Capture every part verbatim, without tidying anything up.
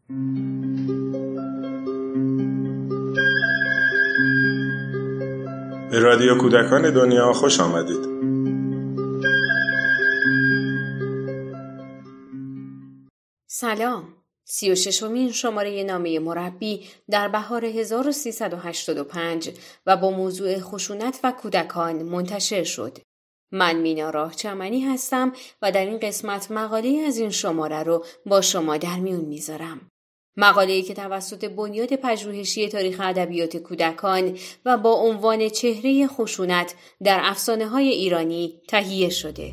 به رادیو کودکان دنیا خوش آمدید. سلام. سی و ششمین شماره نامه مربی در بهار هزار و سیصد و هشتاد و پنج و با موضوع خشونت و کودکان منتشر شد. من مینا راهچمنی هستم و در این قسمت مقاله از این شماره رو با شما در میون میذارم. مقاله‌ای که توسط بنیاد پژوهشی تاریخ ادبیات کودکان و با عنوان چهره خشونت در افسانه‌های ایرانی تهیه شده.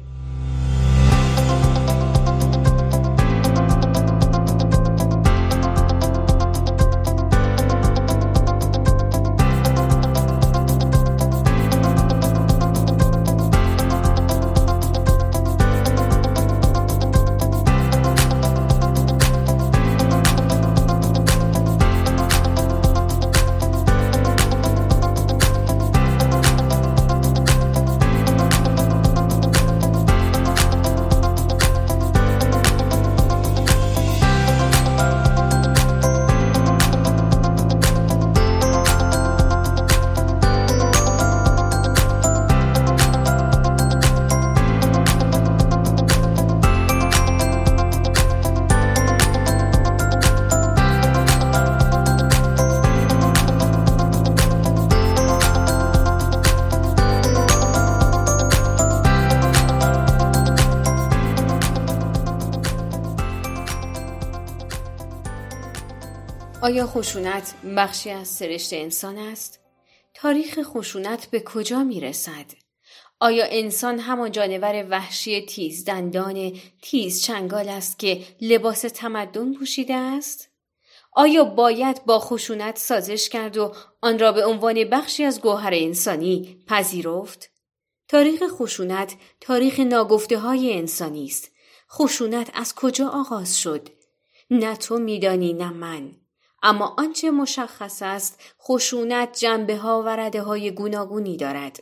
آیا خشونت بخشی از سرشت انسان است؟ تاریخ خشونت به کجا می رسد؟ آیا انسان همان جانور وحشی تیزدندان تیز چنگال است که لباس تمدن پوشیده است؟ آیا باید با خشونت سازش کرد و آن را به عنوان بخشی از گوهر انسانی پذیرفت؟ تاریخ خشونت تاریخ ناگفته های انسانی است. خشونت از کجا آغاز شد؟ نه تو میدانی نه من. اما آنچه مشخص است خشونت جنبه‌ها و رده‌های گوناگونی دارد.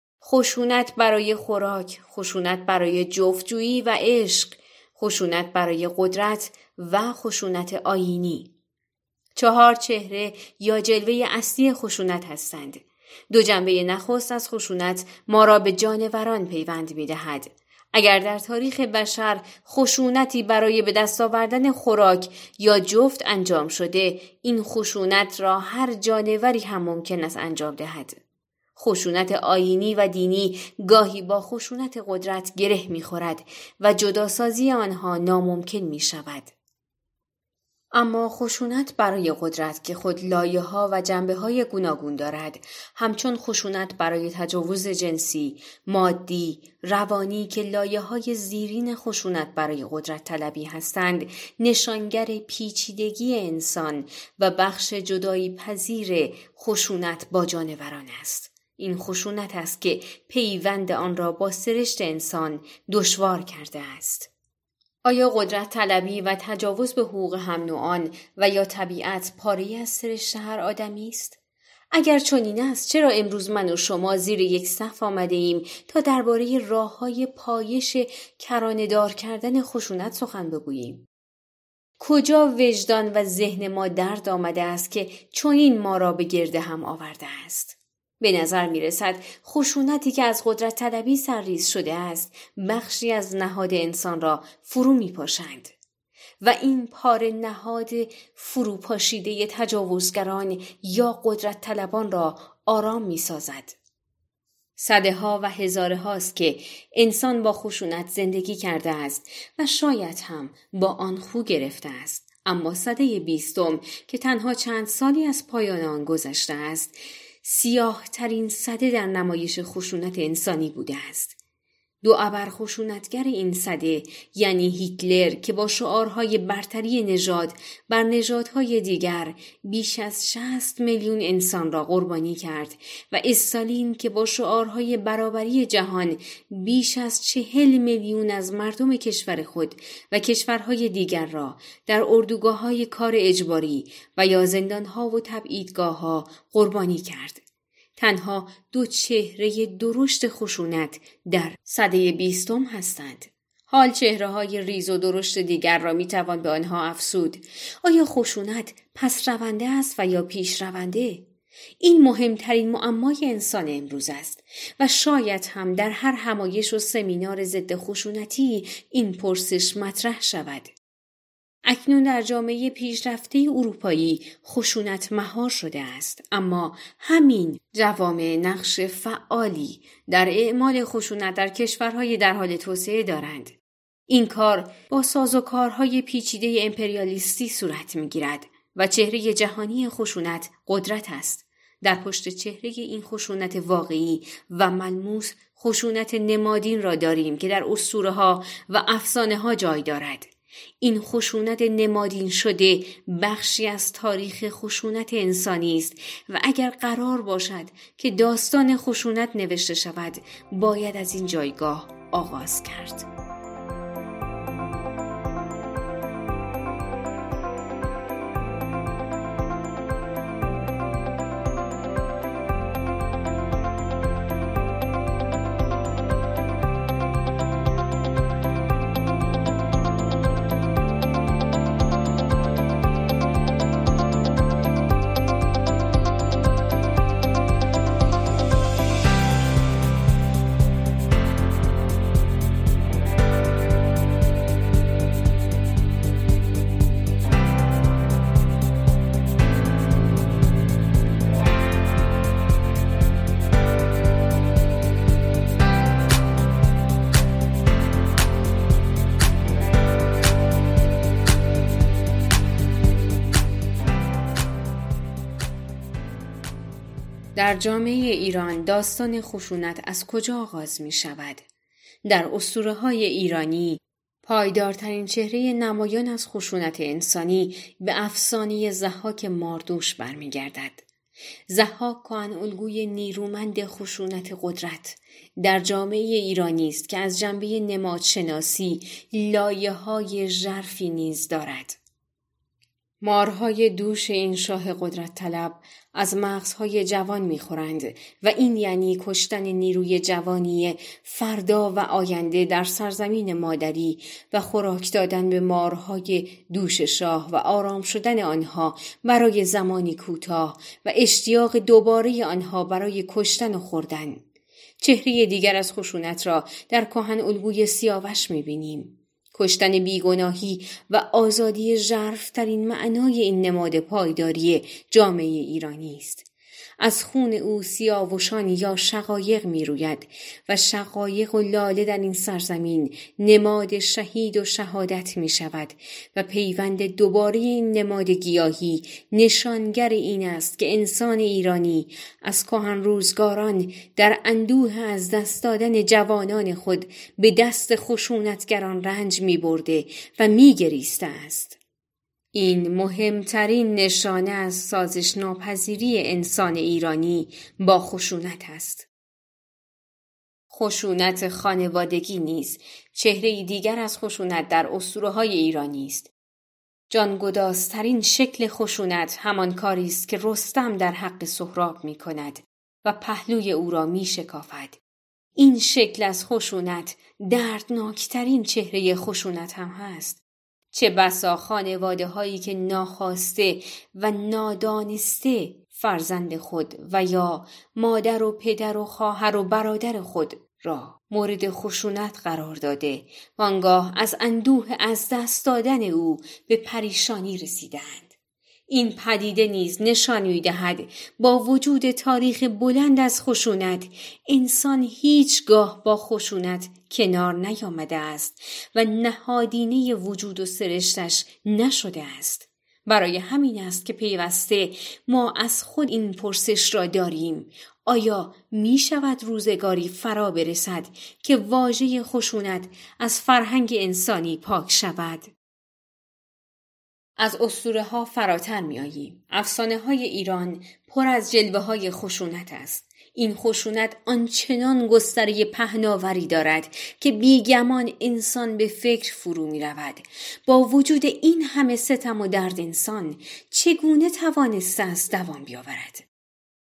خشونت برای خوراک، خشونت برای جفتجویی و عشق، خشونت برای قدرت و خشونت آیینی. چهار چهره یا جلوه اصلی خشونت هستند. دو جنبه نخست از خشونت ما را به جانوران پیوند می‌دهد. اگر در تاریخ بشر خشونتی برای به دست آوردن خوراک یا جفت انجام شده، این خشونت را هر جانوری هم ممکن است انجام دهد. خشونت آیینی و دینی گاهی با خشونت قدرت گره می‌خورد و جداسازی آنها ناممکن می‌شود. اما خشونت برای قدرت که خود لایه‌ها و جنبه‌های گوناگون دارد، همچون خشونت برای تجاوز جنسی، مادی، روانی که لایه‌های زیرین خشونت برای قدرت طلبی هستند، نشانگر پیچیدگی انسان و بخش جدایی پذیر خشونت با جانوران است. این خشونت است که پیوند آن را با سرشت انسان دشوار کرده است. آیا قدرت طلبی و تجاوز به حقوق هم نوعان و یا طبیعت پاره‌ای از سرشت هر آدمی است؟ اگر چنین است چرا امروز من و شما زیر یک صف آمده ایم تا درباره راه‌های پایش کرانه‌دار کردن خشونت سخن بگوییم؟ کجا وجدان و ذهن ما درد آمده است که چنین ما را به گرد هم آورده است؟ به نظر می رسد خشونتی که از قدرت طلبی سرریز شده است بخشی از نهاد انسان را فرو می پاشند و این پاره نهاد فروپاشیده تجاوزگران یا قدرت طلبان را آرام می سازد. صده ها و هزاره هاست که انسان با خشونت زندگی کرده است و شاید هم با آن خو گرفته است، اما سده بیستم که تنها چند سالی از پایان آن گذشته است سیاه ترین سده در نمایش خشونت انسانی بوده است. دو ابر خشونتگر این سده یعنی هیتلر که با شعارهای برتری نژاد بر نژادهای دیگر بیش از شصت میلیون انسان را قربانی کرد و استالین که با شعارهای برابری جهان بیش از چهل میلیون از مردم کشور خود و کشورهای دیگر را در اردوگاه‌های کار اجباری و یا زندان‌ها و تبعیدگاه‌ها قربانی کرد. تنها دو چهره درشت خشونت در سده بیستم هستند. حال چهره های ریز و درشت دیگر را می توان به آنها افسود. آیا خشونت پس رونده است و یا پیش رونده؟ این مهمترین معمای انسان امروز است و شاید هم در هر همایش و سمینار ضد خشونتی این پرسش مطرح شود. اکنون در جامعه پیشرفته اروپایی خشونت مهار شده است، اما همین جوامع نقش فعالی در اعمال خشونت در کشورهای در حال توسعه دارند. این کار با سازوکارهای پیچیده امپریالیستی صورت می‌گیرد و چهره جهانی خشونت قدرت است. در پشت چهره این خشونت واقعی و ملموس خشونت نمادین را داریم که در اسطوره‌ها و افسانه‌ها جای دارد. این خشونت نمادین شده بخشی از تاریخ خشونت انسانی است و اگر قرار باشد که داستان خشونت نوشته شود، باید از این جایگاه آغاز کرد. در جامعه ایران داستان خشونت از کجا آغاز می شود؟ در اسطوره‌های ایرانی پایدارترین چهره نمایان از خشونت انسانی به افسانه ضحاک ماردوش برمیگردد. ضحاک کهن‌الگوی نیرومند خشونت قدرت در جامعه ایرانی است که از جنبه نمادشناسی لایه‌های ژرفی نیز دارد. مارهای دوش این شاه قدرت طلب از مغزهای جوان می‌خورند و این یعنی کشتن نیروی جوانی فردا و آینده در سرزمین مادری و خوراک دادن به مارهای دوش شاه و آرام شدن آنها برای زمانی کوتاه و اشتیاق دوباره آنها برای کشتن و خوردن. چهره دیگر از خشونت را در کهن‌الگوی سیاوش می‌بینیم. کشتن بیگناهی و آزادی ژرف‌ترین معنای این نماد پایداری جامعه ایرانی است. از خون او سیاوشان یا شقایق می روید و شقایق و لاله در این سرزمین نماد شهید و شهادت می شود و پیوند دوباره این نماد گیاهی نشانگر این است که انسان ایرانی از کهن روزگاران در اندوه از دست دادن جوانان خود به دست خشونتگران رنج می برده و می گریسته است. این مهمترین نشانه از سازش ناپذیری انسان ایرانی با خشونت است. خشونت خانوادگی نیز چهره دیگر از خشونت در اسطوره‌های ایرانی است. جانگدازترین شکل خشونت همان کاری است که رستم در حق سهراب می کند و پهلوی او را می شکافد. این شکل از خشونت دردناکترین چهره خشونت هم هست. چه بسا خانواده هایی که ناخواسته و نادانسته فرزند خود و یا مادر و پدر و خواهر و برادر خود را مورد خشونت قرار داده و آنگاه از اندوه از دست دادن او به پریشانی رسیدند. این پدیده نیز نشان می‌دهد با وجود تاریخ بلند از خشونت، انسان هیچگاه با خشونت کنار نیامده است و نهادینه وجود و سرشتش نشده است. برای همین است که پیوسته ما از خود این پرسش را داریم: آیا می شود روزگاری فرا برسد که واژه خشونت از فرهنگ انسانی پاک شود؟ از اسطوره ها فراتر می آییم. افسانه های ایران پر از جلوه های خشونت است. این خشونت آنچنان گستره پهناوری دارد که بیگمان انسان به فکر فرو می رود. با وجود این همه ستم و درد انسان چگونه توانسته است دوام بیاورد؟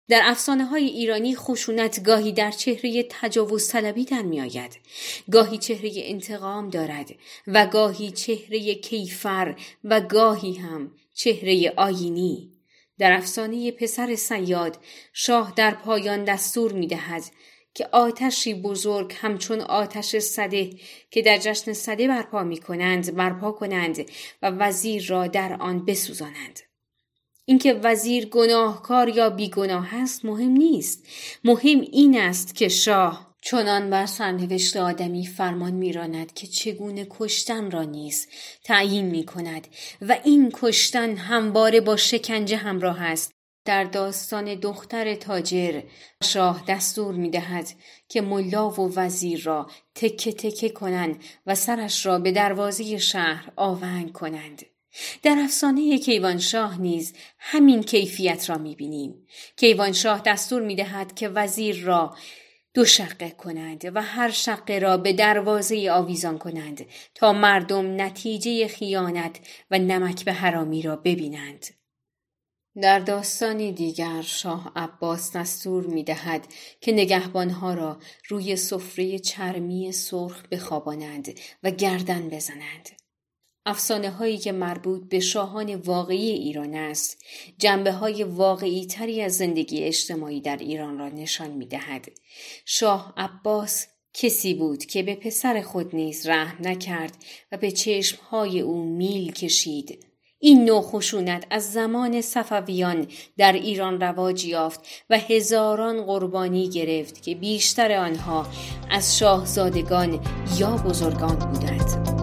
در افسانه‌های ایرانی خشونت گاهی در چهره تجاوز طلبی در می آید، گاهی چهره انتقام دارد و گاهی چهره کیفر و گاهی هم چهره آیینی. در افسانه پسر صیاد، شاه در پایان دستور می دهد که آتشی بزرگ همچون آتش سده که در جشن سده برپا می کنند برپا کنند و وزیر را در آن بسوزانند. اینکه وزیر گناهکار یا بیگناه است مهم نیست. مهم این است که شاه چنان بر سرنوشت آدمی فرمان می‌راند که چگونه کشتن را نیز تعیین می‌کند و این کشتن همواره با شکنجه همراه است. در داستان دختر تاجر، شاه دستور می‌دهد که ملا و وزیر را تکه تکه کنند و سرش را به دروازه شهر آونگ کنند. در افسانه کیوانشاه نیز همین کیفیت را می‌بینیم. کیوانشاه دستور می‌دهد که وزیر را دو شقه کنند و هر شقه را به دروازه آویزان کنند تا مردم نتیجه خیانت و نمک به حرامی را ببینند. در داستانی دیگر شاه عباس دستور می‌دهد که نگهبانها را روی سفره چرمی سرخ بخوابانند و گردن بزنند. افسانه هایی که مربوط به شاهان واقعی ایران است، جنبه های واقعی تری از زندگی اجتماعی در ایران را نشان می دهد. شاه عباس کسی بود که به پسر خود نیز رحم نکرد و به چشم های او میل کشید. این نوع خشونت از زمان صفویان در ایران رواج یافت و هزاران قربانی گرفت که بیشتر آنها از شاهزادگان یا بزرگان بودند.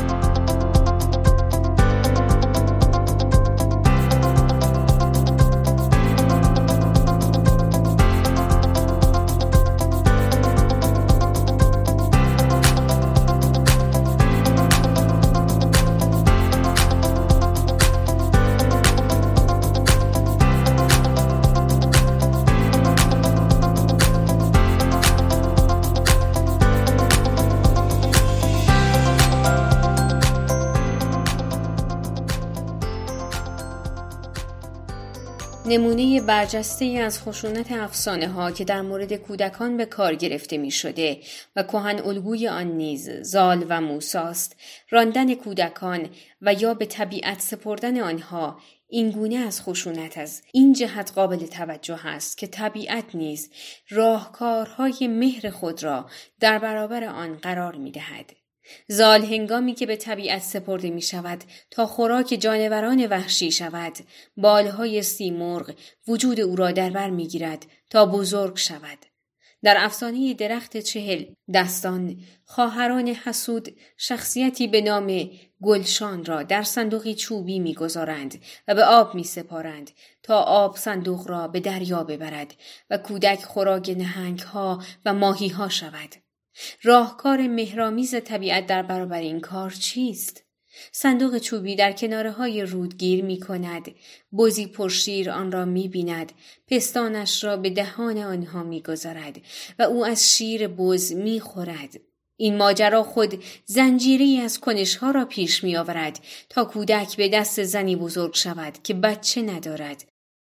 نمونه برجسته از خشونت افسانه ها که در مورد کودکان به کار گرفته می شده و کهن الگوی آن نیز زال و موسی است، راندن کودکان و یا به طبیعت سپردن آنها. این گونه از خشونت از این جهت قابل توجه است که طبیعت نیز راهکارهای مهر خود را در برابر آن قرار می دهد. زال هنگامی که به طبیعت سپرده می شود تا خوراک جانوران وحشی شود، بالهای سیمرغ وجود او را در بر می گیرد تا بزرگ شود. در افسانه درخت چهل دستان، خواهران حسود شخصیتی به نام گلشان را در صندوقی چوبی می گذارند و به آب می سپارند تا آب صندوق را به دریا ببرد و کودک خوراک نهنگ ها و ماهی ها شود. راهکار مهرامیز طبیعت در برابر این کار چیست؟ صندوق چوبی در کناره های رود گیر می کند، بزی پرشیر آن را می بیند، پستانش را به دهان آنها می گذارد و او از شیر بز می خورد. این ماجرا خود زنجیری از کنشها را پیش می آورد تا کودک به دست زنی بزرگ شود که بچه ندارد.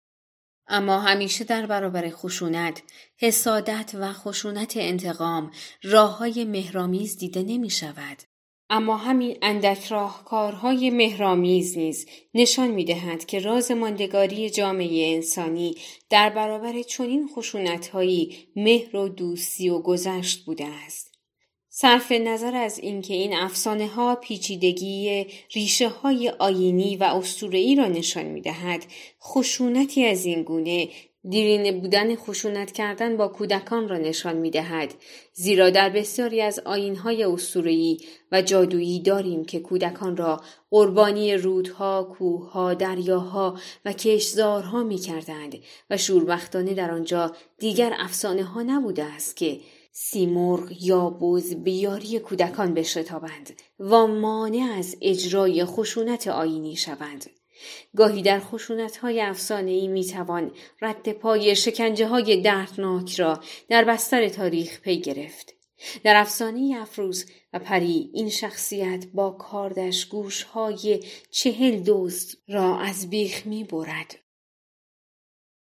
اما همیشه در برابر خشونت، حسادت و خشونت انتقام راه‌های مهرامیز دیده نمی شود. اما همین اندک راهکارهای مهرامیز نیز نشان می دهد که راز ماندگاری جامعه انسانی در برابر چنین خشونت‌هایی مهر و دوستی و گذشت بوده است. صرف نظر از اینکه این افسانه ها پیچیدگی ریشه های آیینی و اسطوره‌ای را نشان می دهد، خشونتی از این گونه دیرینه بودن خشونت کردن با کودکان را نشان می دهد، زیرا در بسیاری از آیین‌های اسطوره‌ای و جادویی داریم که کودکان را قربانی رودها، کوهها، دریاها و کشتزارها می کردند و شوربختانه در آنجا دیگر افسانه ها نبوده است که سیمرغ یا بز به یاری کودکان بشتابند و مانع از اجرای خشونت آیینی شوند. گاهی در خشونت‌های افسانه‌ای می‌توان رد پای شکنجه‌های دردناک را در بستر تاریخ پی گرفت. در افسانه افروز و پری این شخصیت با کاردش گوش‌های چهل دزد را از بیخ می‌برد.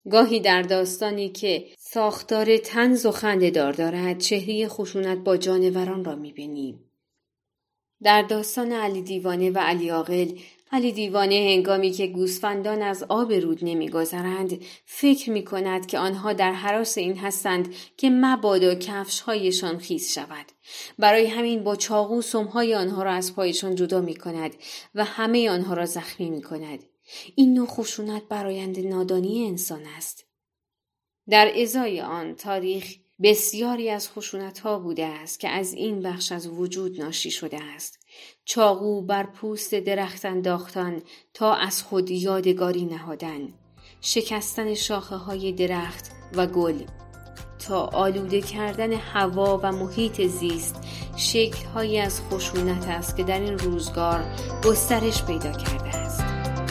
گاهی در داستانی که ساختار طنز و خنده‌دار دارد چهره خشونت با جانوران را می‌بینیم. در داستان علی دیوانه و علی عاقل، علی دیوانه هنگامی که گوسفندان از آب رود نمی‌گذرند فکر می‌کند که آنها در هراس این هستند که مبادا کفش‌هایشان خیس شود. برای همین با چاقو سم‌های آنها را از پایشان جدا می‌کند و همه آنها را زخمی می‌کند. این نوع خشونت برآیند نادانی انسان است. در ازای آن تاریخ بسیاری از خشونت‌ها بوده است که از این بخش از وجود ناشی شده است. چاقو بر پوست درخت انداختن تا از خود یادگاری نهادن، شکستن شاخه‌های درخت و گل تا آلوده کردن هوا و محیط زیست، شکل‌هایی از خشونت است که در این روزگار گسترش پیدا کرده است.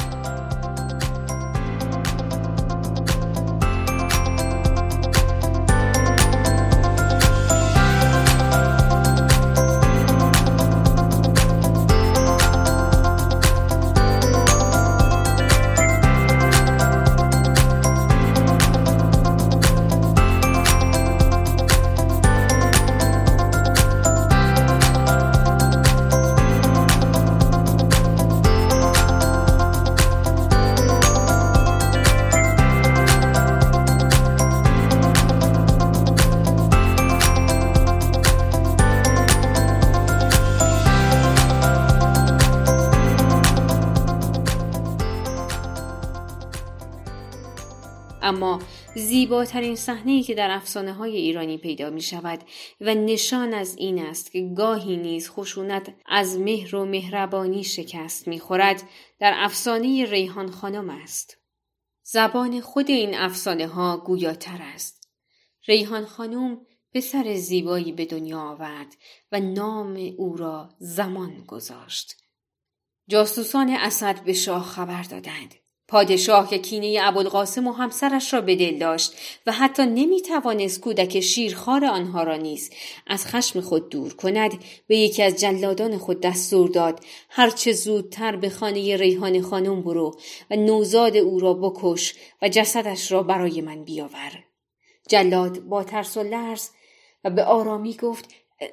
اما زیباترین صحنه‌ای که در افسانه‌های ایرانی پیدا می‌شود و نشان از این است که گاهی نیز خشونت از مهر و مهربانی شکست می‌خورد، در افسانه ریحان خانم است. زبان خود این افسانه‌ها گویاتر است. ریحان خانم پسر زیبایی به دنیا آورد و نام او را زمان گذاشت. جاسوسان اسد به شاه خبر دادند. پادشاه که کینه ابوالقاسم و همسرش را به دل داشت و حتی نمیتوانست کودک شیرخوار آنها را نیز از خشم خود دور کند، به یکی از جلادان خود دستور داد هرچه زودتر به خانه ریحان خانم برو و نوزاد او را بکش و جسدش را برای من بیاور. جلاد با ترس و لرز و به آرامی گفت: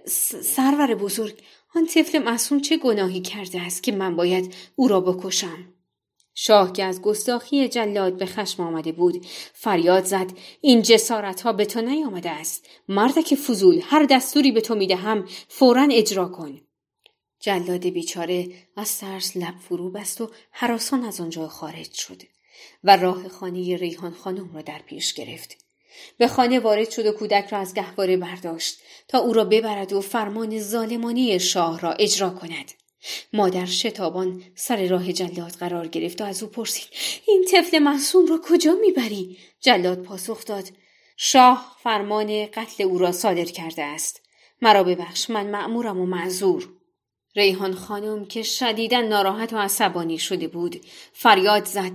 سرور بزرگ، آن طفل معصوم چه گناهی کرده است که من باید او را بکشم؟ شاه که از گستاخی جلاد به خشم آمده بود فریاد زد: این جسارت ها به تو نیامده است. مردک فضول، هر دستوری به تو میدهم فوراً اجرا کن. جلاد بیچاره از ترس لب فرو بست و هراسان از آنجا خارج شد و راه خانه ریحان خانم را در پیش گرفت. به خانه وارد شد و کودک را از گهواره برداشت تا او را ببرد و فرمان ظالمانه شاه را اجرا کند. مادر شتابان سر راه جلاد قرار گرفت و از او پرسید: این طفل معصوم را کجا میبری؟ جلاد پاسخ داد: شاه فرمان قتل او را صادر کرده است. مرا ببخش، من مأمورم و معذور. ریحان خانم که شدیداً ناراحت و عصبانی شده بود فریاد زد: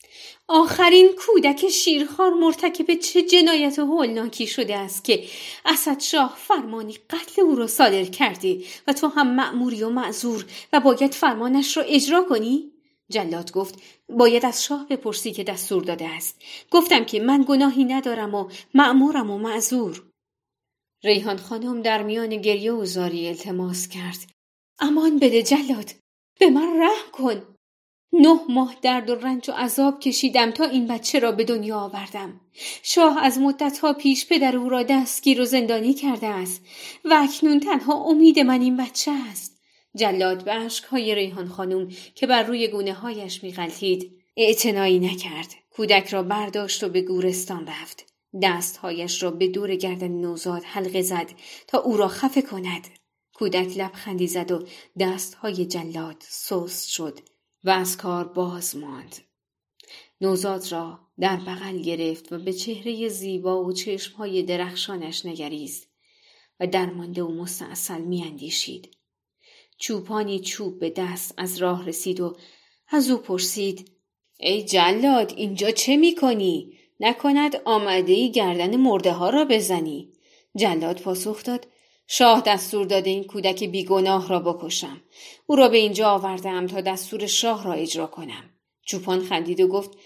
آخرین کودک شیرخوار مرتکب چه جنایت هولناکی شده است که اسد شاه فرمانی قتل او را صادر کرده و تو هم مأموری و معذور و باید فرمانش را اجرا کنی؟ جلاد گفت: باید از شاه بپرسی که دستور داده است. گفتم که من گناهی ندارم و مأمورم و معذور. ریحان خانم در میان گریه و زاری التماس کرد: امان بده جلاد، به من رحم کن. نه ماه درد و رنج و عذاب کشیدم تا این بچه را به دنیا آوردم. شاه از مدتها پیش پدر او را دستگیر و زندانی کرده است و اکنون تنها امید من این بچه است. جلاد به اشک‌های ریحان خانم که بر روی گونه‌هایش می‌غلتید اعتنایی نکرد. کودک را برداشت و به گورستان رفت. دستهایش را به دور گردن نوزاد حلقه زد تا او را خفه کند. کودک لبخندی زد و دستهای جلاد سست شد و از کار باز ماند. نوزاد را در بغل گرفت و به چهره زیبا و چشمهای درخشانش نگریست و درمانده و مستعسل می اندیشید. چوپانی چوب به دست از راه رسید و از او پرسید: ای جلاد، اینجا چه می کنی؟ نکند آمده‌ای گردن مرده ها را بزنی؟ جلاد پاسخ داد: شاه دستور داده این کودک بیگناه را بکشم. او را به اینجا آوردم تا دستور شاه را اجرا کنم. چوپان خندید و گفت: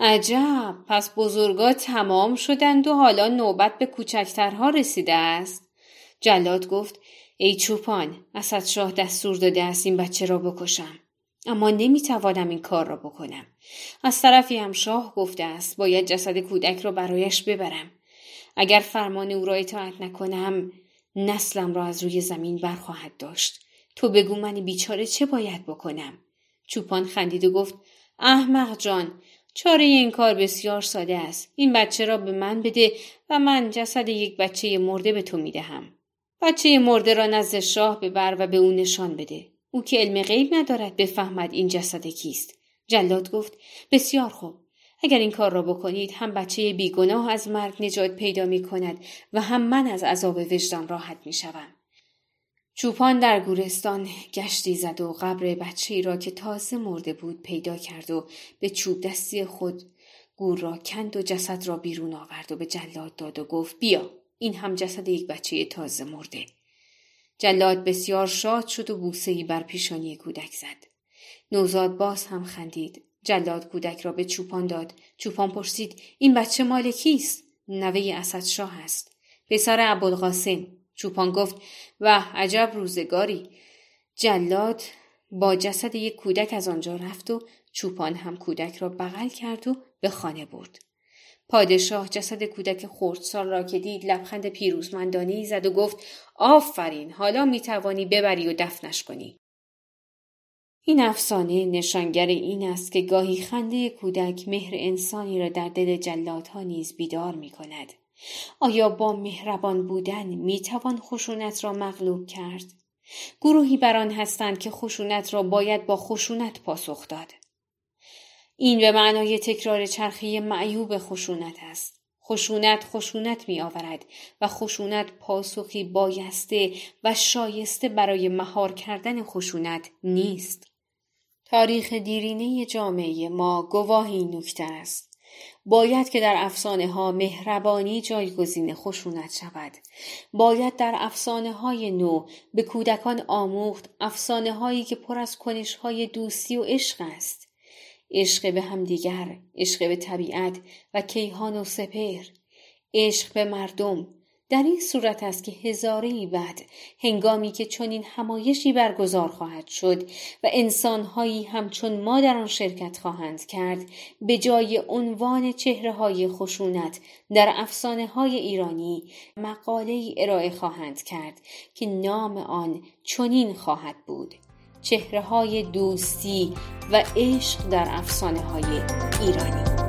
عجب، پس بزرگا تمام شدند و حالا نوبت به کوچکترها رسیده است. جلاد گفت ای چوپان، اسدشاه دستور داده است این بچه را بکشم، اما نمیتوانم این کار را بکنم. از طرفی هم شاه گفته است باید جسد کودک را برایش ببرم. اگر فرمان او را اطاعت نکنم نسلم را از روی زمین برخواهد داشت. تو بگو من بیچاره چه باید بکنم؟ چوپان خندید و گفت احمق جان، چاره این کار بسیار ساده است. این بچه را به من بده و من جسد یک بچه مرده به تو میدهم. بچه مرده را نزد شاه ببر و به او نشان بده. او که علم غیب ندارد بفهمد این جسد کیست. جلاد گفت بسیار خوب. اگر این کار را بکنید هم بچه بیگناه از مرگ نجات پیدا می کند و هم من از عذاب وجدان راحت می شوم. چوپان در گورستان گشتی زد و قبر بچه‌ای را که تازه مرده بود پیدا کرد و به چوب دستی خود گور را کند و جسد را بیرون آورد و به جلاد داد و گفت بیا، این هم جسد یک بچه تازه مرده. جلاد بسیار شاد شد و بوسه‌ای بر پیشانی کودک زد. نوزاد باز هم خندید. جلاد کودک را به چوپان داد. چوپان پرسید این بچه مال کیست؟ نوه اسدشاه است، پسر ابوالقاسم. چوپان گفت واه، عجب روزگاری. جلاد با جسد یک کودک از آنجا رفت و چوپان هم کودک را بغل کرد و به خانه برد. پادشاه جسد کودک خردسال را که دید لبخند پیروزمندانه‌ای زد و گفت آفرین، حالا میتوانی ببری و دفنش کنی. این افسانه نشانگر این است که گاهی خنده کودک مهر انسانی را در دل جلادها نیز بیدار می کند. آیا با مهربان بودن می توان خشونت را مغلوب کرد؟ گروهی بر آن هستند که خشونت را باید با خشونت پاسخ داد. این به معنای تکرار چرخه معیوب خشونت است. خشونت خشونت می آورد و خشونت پاسخی بایسته و شایسته برای مهار کردن خشونت نیست. تاریخ دیرینه جامعه ما گواه این نکته است. باید که در افسانه ها مهربانی جایگزین خشونت شود. باید در افسانه های نو به کودکان آموخت افسانه هایی که پر از کنش های دوستی و عشق است. عشق به همدیگر، عشق به طبیعت و کیهان و سپهر، عشق به مردم. در این صورت است که هزاره‌ای بعد، هنگامی که چنین همایشی برگزار خواهد شد و انسان‌هایی همچون ما در آن شرکت خواهند کرد، به جای عنوان چهره‌های خشونت در افسانه‌های ایرانی مقاله‌ای ارائه خواهند کرد که نام آن چنین خواهد بود: چهره‌های دوستی و عشق در افسانه‌های ایرانی.